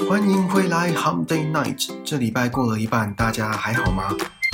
欢迎回来 Hump Day Night， 这礼拜过了一半，大家还好吗？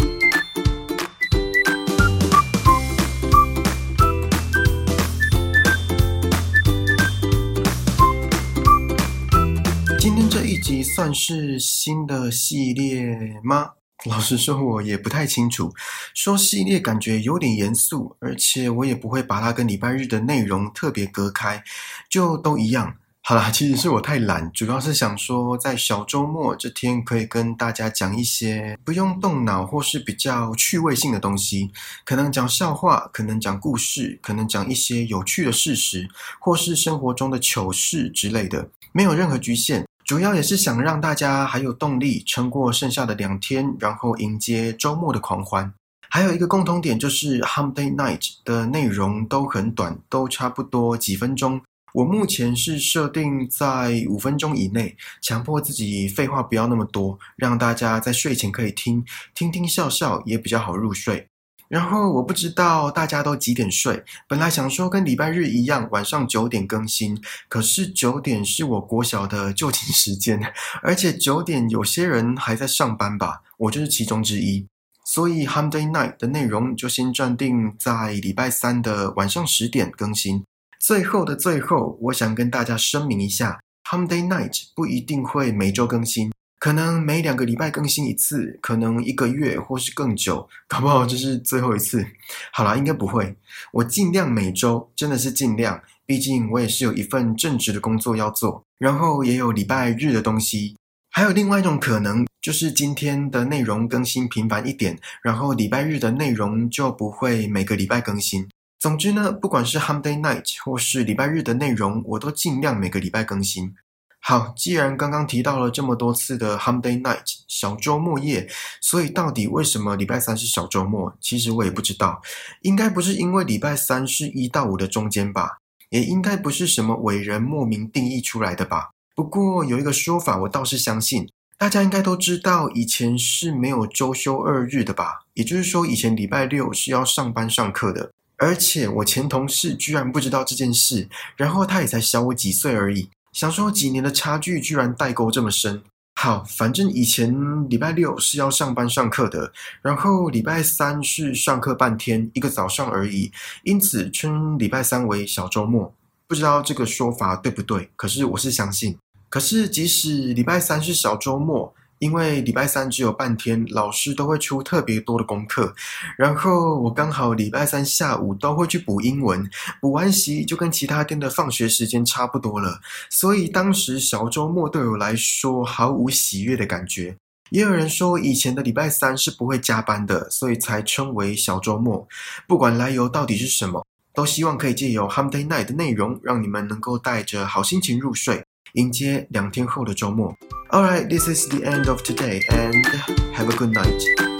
今天这一集算是新的系列吗？老实说我也不太清楚，说系列感觉有点严肃，而且我也不会把它跟礼拜日的内容特别隔开，就都一样。好啦，其实是我太懒，主要是想说在小周末这天可以跟大家讲一些不用动脑或是比较趣味性的东西，可能讲笑话，可能讲故事，可能讲一些有趣的事实，或是生活中的糗事之类的，没有任何局限。主要也是想让大家还有动力撑过剩下的2天，然后迎接周末的狂欢。还有一个共同点就是 Hump Day Night 的内容都很短，都差不多几分钟。我目前是设定在5分钟以内，强迫自己废话不要那么多，让大家在睡前可以听笑笑，也比较好入睡。然后我不知道大家都几点睡，本来想说跟礼拜日一样晚上9点更新，可是9点是我国小的就寝时间，而且9点有些人还在上班吧，我就是其中之一。所以 Hump Day Night 的内容就先暂定在礼拜3的晚上10点更新。最后的最后，我想跟大家声明一下， Hump Day Night 不一定会每周更新，可能每2个礼拜更新一次，可能1个月或是更久，搞不好这是最后一次。好啦，应该不会，我尽量每周，真的是尽量，毕竟我也是有一份正职的工作要做，然后也有礼拜日的东西。还有另外一种可能，就是今天的内容更新频繁一点，然后礼拜日的内容就不会每个礼拜更新。总之呢，不管是 Hump Day Night 或是礼拜日的内容，我都尽量每个礼拜更新。好，既然刚刚提到了这么多次的 Hump Day Night 小周末夜，所以到底为什么礼拜3是小周末？其实我也不知道，应该不是因为礼拜3是1到5的中间吧，也应该不是什么伟人莫名定义出来的吧。不过有一个说法我倒是相信，大家应该都知道以前是没有周休2日的吧，也就是说以前礼拜6是要上班上课的。而且我前同事居然不知道这件事，然后他也才小我几岁而已，想说几年的差距居然代沟这么深。好，反正以前礼拜6是要上班上课的，然后礼拜3是上课半天，一个早上而已，因此称礼拜3为小周末。不知道这个说法对不对，可是我是相信。可是即使礼拜3是小周末，因为礼拜3只有半天，老师都会出特别多的功课，然后我刚好礼拜3下午都会去补英文，补完习就跟其他天的放学时间差不多了，所以当时小周末对我来说毫无喜悦的感觉。也有人说以前的礼拜3是不会加班的，所以才称为小周末。不管来由到底是什么，都希望可以借由 Hump Day Night 的内容，让你们能够带着好心情入睡，迎接2天后的周末。Alright, this is the end of today and have a good night.